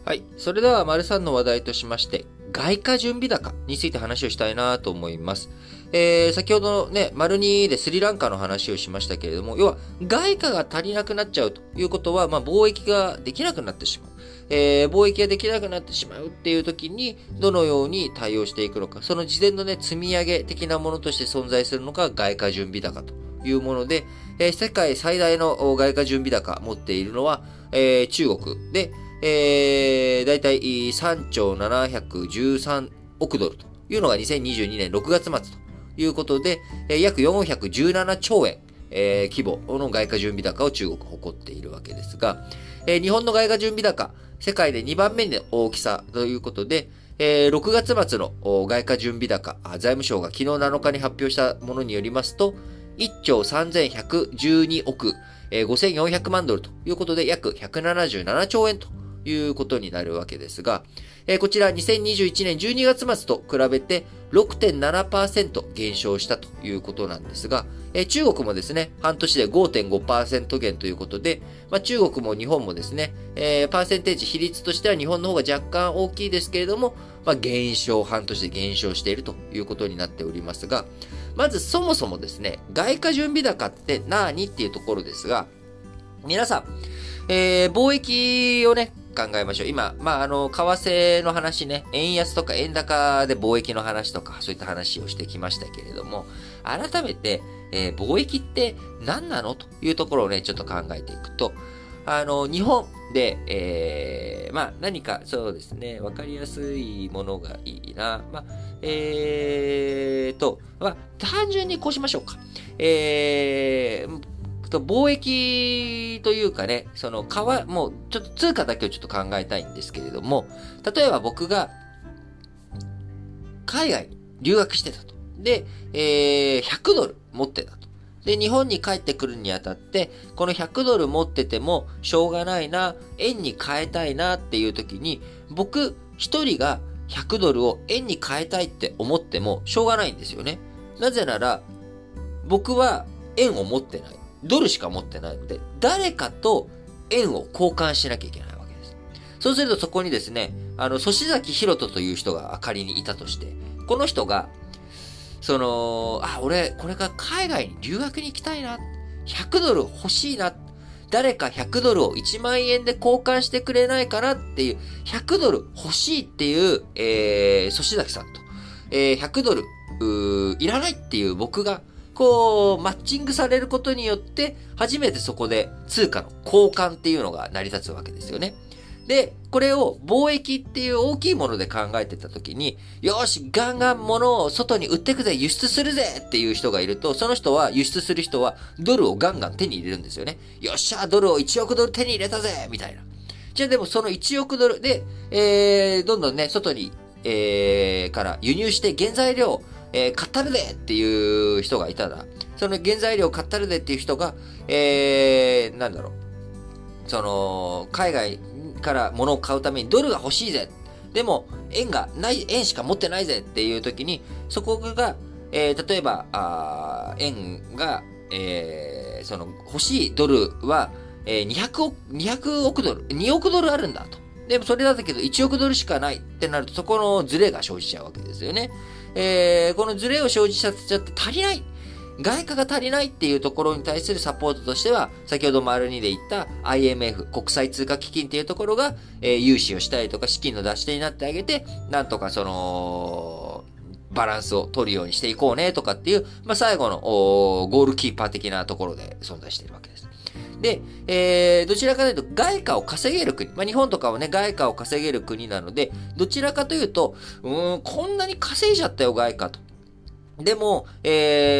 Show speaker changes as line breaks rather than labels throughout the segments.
はい。それでは、丸3の話題としまして、外貨準備高について話をしたいなと思います。先ほどのね、丸2でスリランカの話をしましたけれども、要は、外貨が足りなくなっちゃうということは、貿易ができなくなってしまう。貿易ができなくなってしまうっていう時に、どのように対応していくのか、その事前のね、積み上げ的なものとして存在するのが外貨準備高というもので、世界最大の外貨準備高持っているのは、中国で、だいたい3兆713億ドルというのが2022年6月末ということで、約417兆円、規模の外貨準備高を中国誇っているわけですが、日本の外貨準備高、世界で2番目の大きさということで、6月末の外貨準備高、財務省が昨日7日に発表したものによりますと、1兆3112億5400万ドルということで、約177兆円ということになるわけですが、こちら2021年12月末と比べて 6.7% 減少したということなんですが、中国もですね、半年で 5.5% 減ということで、中国も日本もですね、パーセンテージ比率としては日本の方が若干大きいですけれども、減少、半年で減少しているということになっておりますが、まずそもそもですね、外貨準備高って何っていうところですが、皆さん、貿易をね、考えましょう。今、為替の話ね、円安とか円高で貿易の話とか、そういった話をしてきましたけれども、改めて、貿易って何なのというところをね、ちょっと考えていくと、日本で、何か、そうですね、わかりやすいものがいいな。単純にこうしましょうか。貿易というかね、もうちょっと通貨だけをちょっと考えたいんですけれども、例えば僕が海外に留学してたと。で、100ドル持ってたと。で、日本に帰ってくるにあたって、この100ドル持っててもしょうがないな、円に変えたいなっていう時に、僕一人が100ドルを円に変えたいって思ってもしょうがないんですよね。なぜなら、僕は円を持ってない。ドルしか持ってないので、誰かと円を交換しなきゃいけないわけです。そうするとそこにですね、粗崎博人という人が仮にいたとして、この人が、俺、これから海外に留学に行きたいな。100ドル欲しいな。誰か100ドルを1万円で交換してくれないかなっていう、100ドル欲しいっていう、粗崎さんと、100ドル、いらないっていう僕が、マッチングされることによって、初めてそこで通貨の交換っていうのが成り立つわけですよね。で、これを貿易っていう大きいもので考えてたときに、よし、ガンガン物を外に売ってくぜ、輸出するぜっていう人がいると、その人は、輸出する人は、ドルをガンガン手に入れるんですよね。よっしゃ、ドルを1億ドル手に入れたぜみたいな。じゃあでもその1億ドルで、どんどんね、外に、から輸入して原材料、買ったるでっていう人がいたら、その原材料買ったるでっていう人が、海外から物を買うためにドルが欲しいぜ。でも、円がない、円しか持ってないぜっていう時に、そこが、例えば、円が、欲しいドルは、200億ドル、2億ドルあるんだと。でもそれだけど1億ドルしかないってなると、そこのズレが生じちゃうわけですよね。このズレを生じさせちゃって足りない。外貨が足りないっていうところに対するサポートとしては、先ほど丸2で言った IMF、国際通貨基金っていうところが、融資をしたりとか資金の出し手になってあげて、なんとかバランスを取るようにしていこうねとかっていう、最後のゴールキーパー的なところで存在しているわけです。で、どちらかというと外貨を稼げる国、日本とかはね、外貨を稼げる国なので、どちらかというと、こんなに稼いじゃったよ、外貨と。でも、ド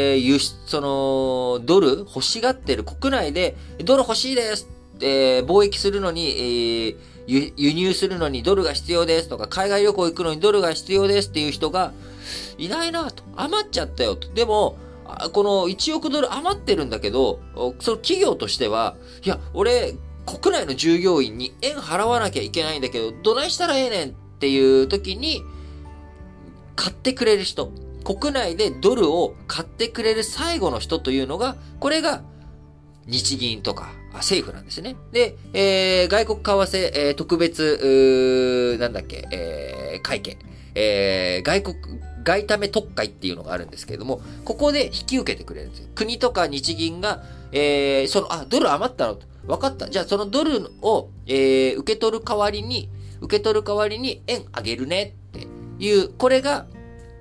ル欲しがってる国内で、ドル欲しいです。貿易するのに、輸入するのにドルが必要ですとか、海外旅行行くのにドルが必要ですっていう人がいないなと。余っちゃったよと。でも、この1億ドル余ってるんだけど、その企業としては、いや、俺、国内の従業員に円払わなきゃいけないんだけど、どないしたらええねんっていう時に、買ってくれる人、国内でドルを買ってくれる最後の人というのが、これが日銀とか、政府なんですね。で、外国為替、特別、会計、外為特会っていうのがあるんですけれども、ここで引き受けてくれるんですよ。国とか日銀が、ドル余ったのと。分かった。じゃあそのドルを、受け取る代わりに円あげるねっていう、これが、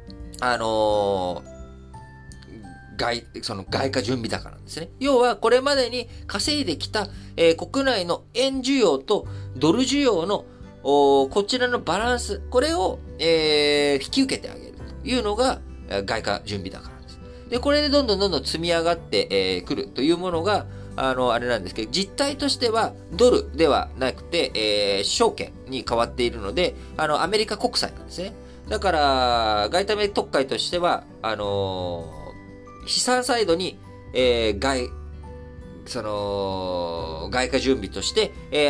その外貨準備高なんですね。要は、これまでに稼いできた、国内の円需要とドル需要の、こちらのバランス、これを、引き受けてあげるというのが、外貨準備高なんです。で、これでどんどん積み上がって、くるというものが、あれなんですけど、実態としてはドルではなくて、証券に変わっているので、アメリカ国債なんですね。だから、外為特会としては、資産サイドに、外貨準備として、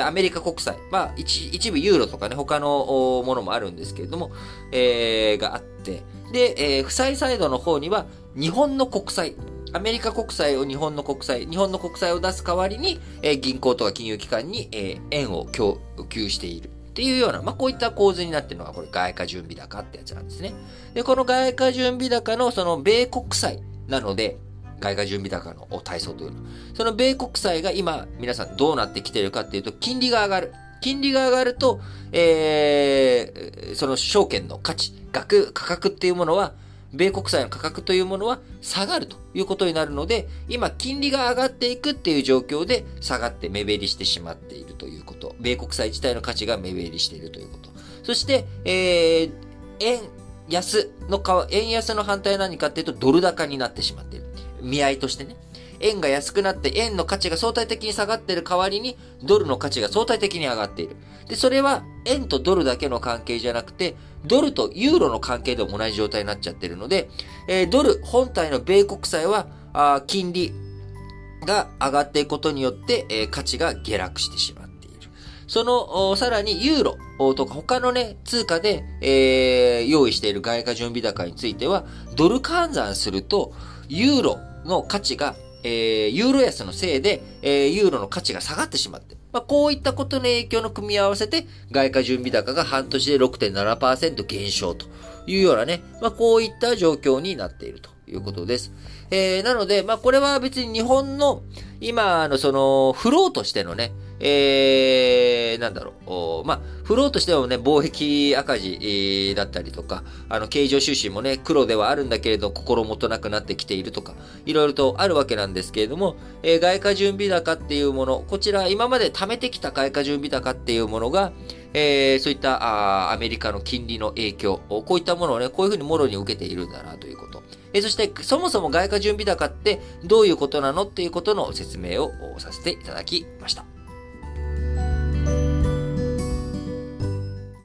アメリカ国債、一部ユーロとかね、他のものもあるんですけれども、があって、で、負債サイドの方には、日本の国債、アメリカ国債を日本の国債を出す代わりに、銀行とか金融機関に、円を供給している。っていうような、こういった構図になっているのが、これ、外貨準備高ってやつなんですね。で、この外貨準備高の、その、米国債なので、外貨準備高の対象というの。その米国債が今、皆さんどうなってきているかっていうと、金利が上がる。金利が上がると、その証券の価格っていうものは、米国債の価格というものは下がるということになるので、今、金利が上がっていくっていう状況で下がって目減りしてしまっているということ。米国債自体の価値が目減りしているということ。そして、円安の反対は何かっていうと、ドル高になってしまっている。見合いとしてね。円が安くなって円の価値が相対的に下がっている代わりにドルの価値が相対的に上がっている。で、それは円とドルだけの関係じゃなくて、ドルとユーロの関係でも同じ状態になっちゃっているので、ドル本体の米国債は、金利が上がっていくことによって、価値が下落してしまっている。その、さらにユーロとか他のね、通貨で、用意している外貨準備高については、ドル換算すると、ユーロの価値が、ユーロ安のせいで、ユーロの価値が下がってしまって、こういったことの影響の組み合わせで、外貨準備高が半年で 6.7% 減少というようなね、こういった状況になっているということです。なので、これは別に日本の今のそのフローとしてのね、フローとしてはね、貿易赤字だったりとか、経常収支もね、黒ではあるんだけれど、心もとなくなってきているとか、いろいろとあるわけなんですけれども、外貨準備高っていうもの、こちら今まで貯めてきた外貨準備高っていうものが、そういったアメリカの金利の影響、こういったものをね、こういうふうにもろに受けているんだなということ。そして、そもそも外貨準備高ってどういうことなのっていうことの説明をさせていただきました。